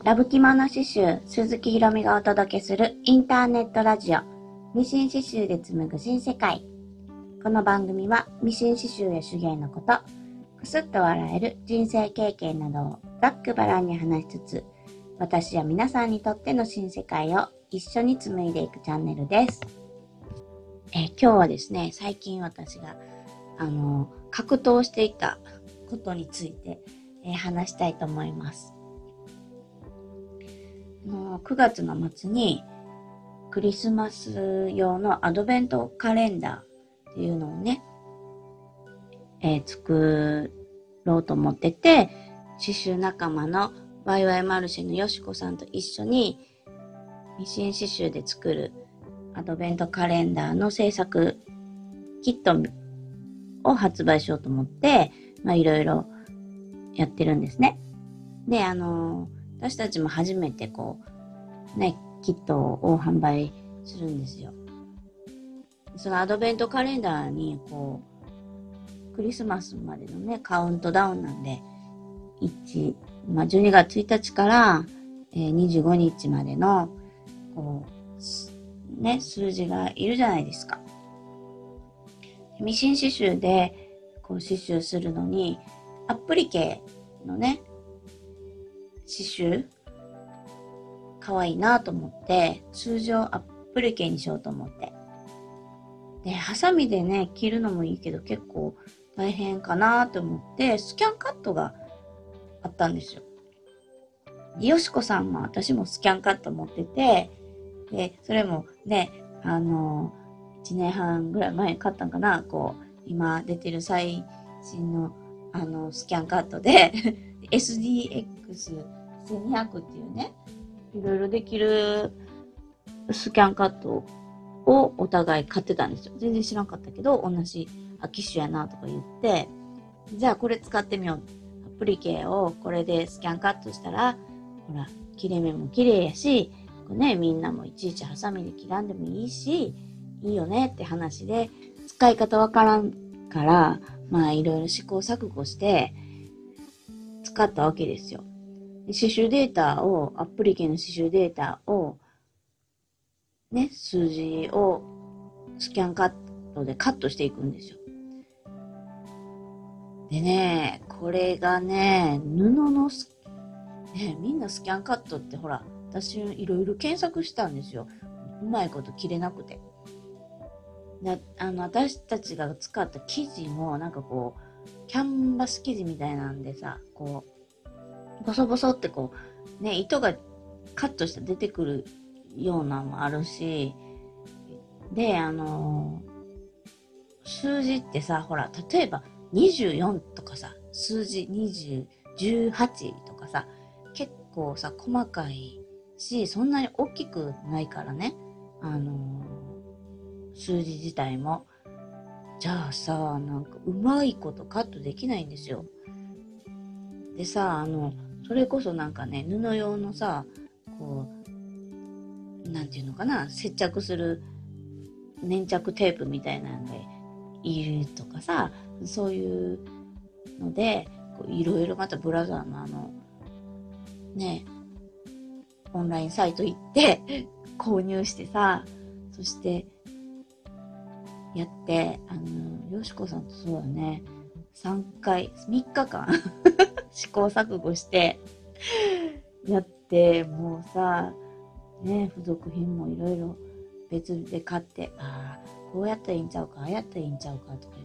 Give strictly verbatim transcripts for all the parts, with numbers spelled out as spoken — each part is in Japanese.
ラブ着物刺繍、鈴木ひろみがお届けするインターネットラジオ、ミシン刺繍で紡ぐ新世界。この番組はミシン刺繍や手芸のこと、くすっと笑える人生経験などをざっくばらんに話しつつ、私や皆さんにとっての新世界を一緒に紡いでいくチャンネルです。えー、今日はですね、最近私があの格闘していたことについて、えー、話したいと思います。のくがつの末にクリスマス用のアドベントカレンダーっていうのをね、えー、作ろうと思ってて、刺繍仲間のワイワイマルシェのよしこさんと一緒にミシン刺繍で作るアドベントカレンダーの制作キットを発売しようと思って、まあいろいろやってるんですね。で、あのー私たちも初めてこう、ね、キットを販売するんですよ。そのアドベントカレンダーに、こう、クリスマスまでのね、カウントダウンなんで、いち、まあ、じゅうにがつついたちから、えー、にじゅうごにちまでの、こう、ね、数字がいるじゃないですか。ミシン刺繍で、こう、刺繍するのに、アプリケのね、刺繍可愛いなと思って、通常アップリケにしようと思って。で、ハサミでね、切るのもいいけど結構大変かなと思って、スキャンカットがあったんですよ。よしこさんも私もスキャンカット持ってて、で、それもね、あの、いちねんはんぐらい前に買ったんかな、こう、今出てる最新のあの、スキャンカットで、エスディーエックスせんにひゃく っていうね、いろいろできるスキャンカットをお互い買ってたんですよ。全然知らんかったけど、同じ機種やなとか言って、じゃあこれ使ってみよう。アプリケをこれでスキャンカットしたら、ほら、切れ目も綺麗やし、こうね、みんなもいちいちハサミで切らんでもいいし、いいよねって話で、使い方わからんから、まあいろいろ試行錯誤して使ったわけですよ。で刺繍データを、アプリケの刺繍データを、ね、数字をスキャンカットでカットしていくんですよ。でね、これがね、布のス、ね、みんなスキャンカットってほら、私いろいろ検索したんですよ。うまいこと切れなくて。で、あの、私たちが使った生地もなんかこう、キャンバス生地みたいなんでさ、こう、ボソボソってこう、ね、糸がカットして出てくるようなのもあるし、で、あのー、数字ってさ、ほら、例えばにじゅうよんとかさ、数字にじゅう、じゅうはちとかさ、結構さ、細かいし、そんなに大きくないからね、あのー、数字自体も。じゃあさ、なんかうまいことカットできないんですよ。でさ、あの、それこそなんかね、布用のさ、こう、なんていうのかな、接着する粘着テープみたいなのがいるとかさ、そういうので、いろいろまたブラザーのあの、ね、オンラインサイト行って購入してさ、そしてやって、あの、よしこさんとそうだね、さんかい、みっかかん試行錯誤してやって、もうさ、ね、付属品もいろいろ別で買って、ああ、こうやったらいいんちゃうか、ああやったらいいんちゃうかとか言って。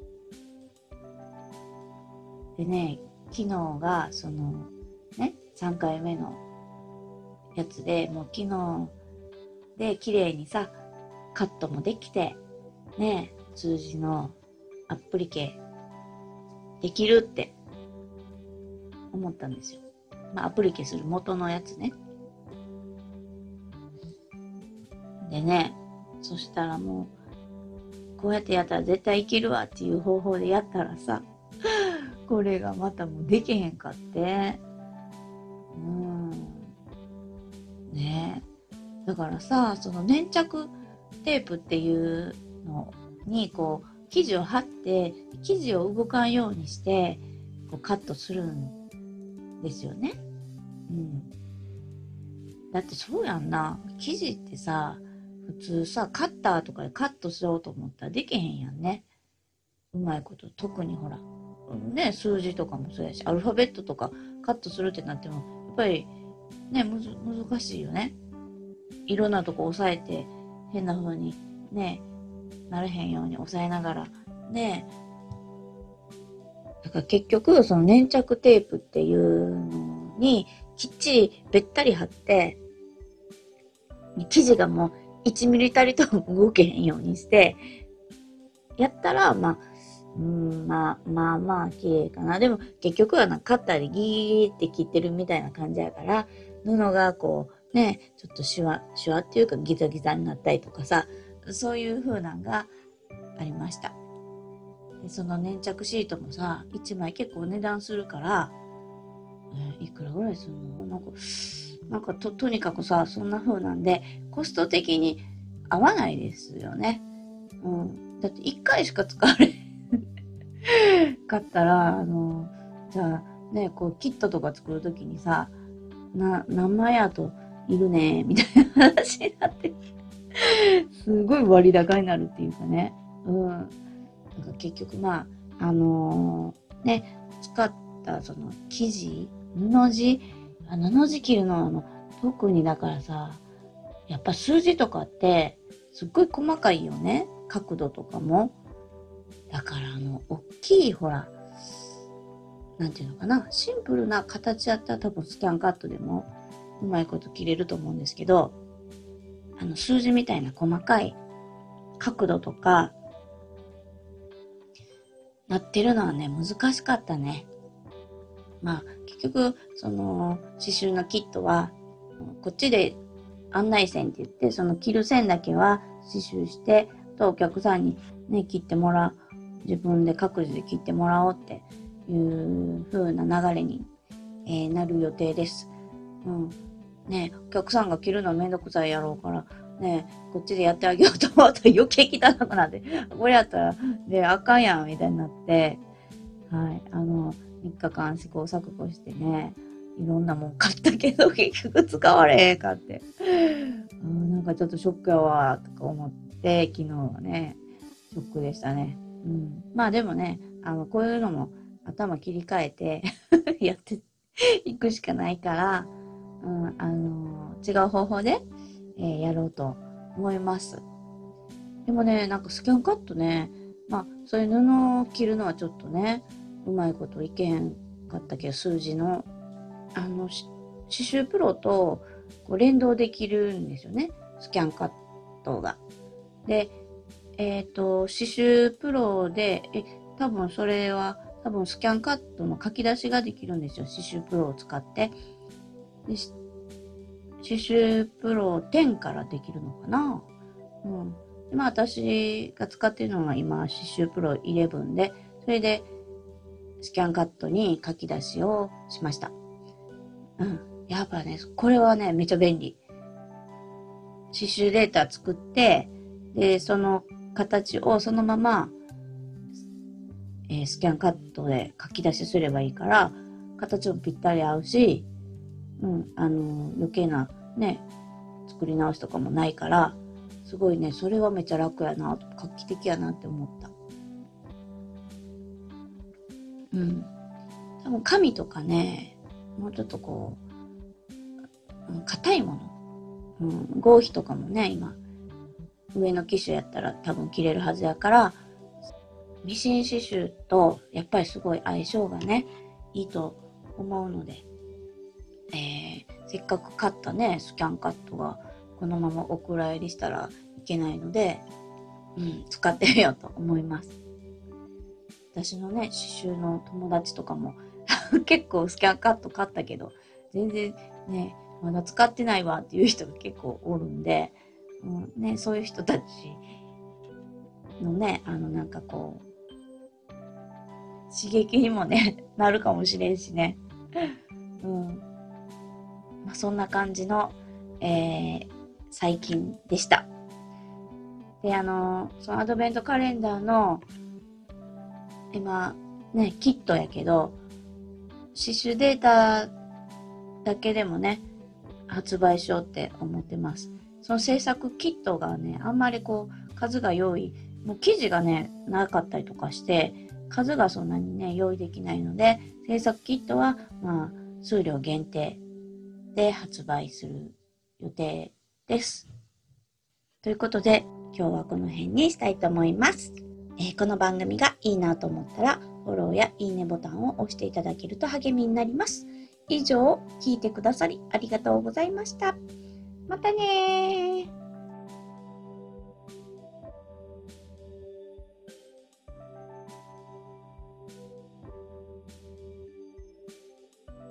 でね、昨日がその、ね、さんかいめのやつで、もう昨日で綺麗にさ、カットもできて、ね、数字のアプリケできるって思ったんですよ。まあ、アプリケする元のやつね。でね、そしたらもう、こうやってやったら絶対いけるわっていう方法でやったらさ、これがまたもうできへんかって。うん。ねえ。だからさ、その粘着テープっていうのに、こう、生地を貼って、生地を動かんようにして、こうカットするんですよね。 うん。だってそうやんな。生地ってさ、普通さ、カッターとかでカットしようと思ったらできへんやんね。うまいこと。特にほら、ね、数字とかもそうやし、アルファベットとかカットするってなっても、やっぱりね、むず、難しいよね。いろんなとこ押さえて、変な風にね、なれへんように押さえながら、ね。だから結局、その粘着テープっていうのに、きっちりべったり貼って、生地がもういちミリたりとも動けへんようにして、やったら、まあ、うん、まあまあまあ綺麗かな。でも結局はなカッターでギーって切ってるみたいな感じやから、布がこうね、ちょっとシワ、シワっていうかギザギザになったりとかさ、そういう風なんがありました。でその粘着シートもさ、いちまい結構値段するから、えーいくらぐらいするのなんか、なんかと、とにかくさ、そんな風なんで、コスト的に合わないですよね。うん。だっていっかいしか使われかったら、あの、じゃあね、こうキットとか作るときにさ、な、何枚あといるね、みたいな話になって、すごい割高になるっていうかね。うん。なんか結局まあ、あのーね、使ったその生地、布地、あ布地切るのはあの、特にだからさ、やっぱ数字とかってすっごい細かいよね。角度とかも。だからあの、大きいほら、なんていうのかな、シンプルな形やったら多分スキャンカットでもうまいこと切れると思うんですけど、あの数字みたいな細かい角度とかなってるのはね、難しかったね。まあ結局、その刺繍のキットは、こっちで案内線って言って、その切る線だけは刺繍して、とお客さんにね、切ってもらう。自分で各自で切ってもらおうっていう風な流れに、えーなる予定です。うん。ね、お客さんが着るのめんどくさいやろうから、ね、こっちでやってあげようと思ったら余計汚くなって、これやったら、で、あかんやん、みたいになって、はい、あの、みっかかん試行錯誤してね、いろんなもん買ったけど、結局使われへんかって。うん、なんかちょっとショックやわ、とか思って、昨日はね、ショックでしたね。うん。まあでもね、あの、こういうのも頭切り替えてやっていくしかないから、うん、あのー違う方法で、えーやろうと思います。でもね、なんかスキャンカットね、まあ、そういう布を着るのはちょっとね、うまいこといけへんかったけど、数字の、あの、し刺繍プロとこう連動できるんですよね、スキャンカットが。で、えっと、刺繍プロで、え、多分それは、多分スキャンカットの書き出しができるんですよ、刺繍プロを使って。で刺繍プロテンからできるのかな。うん。でまあ私が使っているのが今刺繍プロイレブンで、それでスキャンカットに書き出しをしました。うん。やっぱね、これはね、めちゃ便利。刺繍データ作って、で、その形をそのまま、えースキャンカットで書き出しすればいいから、形もぴったり合うし、うん、あの、余計なね、作り直しとかもないから、すごいね、それはめっちゃ楽やな、画期的やなって思った。うん。多分紙とかね、もうちょっとこう、硬いもの。うん、合皮とかもね、今、上の機種やったら多分切れるはずやから、ミシン刺繍とやっぱりすごい相性がね、いいと思うので、えー、せっかく買ったね、スキャンカットがこのままお蔵入りしたらいけないので、うん、使ってみようと思います。私のね、刺繍の友達とかも結構スキャンカット買ったけど、全然ね、まだ使ってないわっていう人が結構おるんで、うんね、そういう人たちのね、あのなんかこう、刺激にもね、なるかもしれんしね。うん。まあ、そんな感じの、えー、最近でした。で、あの、そのアドベントカレンダーの、今、ね、キットやけど、刺繍データだけでもね、発売しようって思ってます。その制作キットがね、あんまりこう、数が用意、もう生地がね、なかったりとかして、数がそんなにね、用意できないので、制作キットは、まあ、数量限定で発売する予定です。ということで、今日はこの辺にしたいと思います。えー、この番組がいいなと思ったら、フォローやいいねボタンを押していただけると励みになります。以上、聞いてくださりありがとうございました。またねー。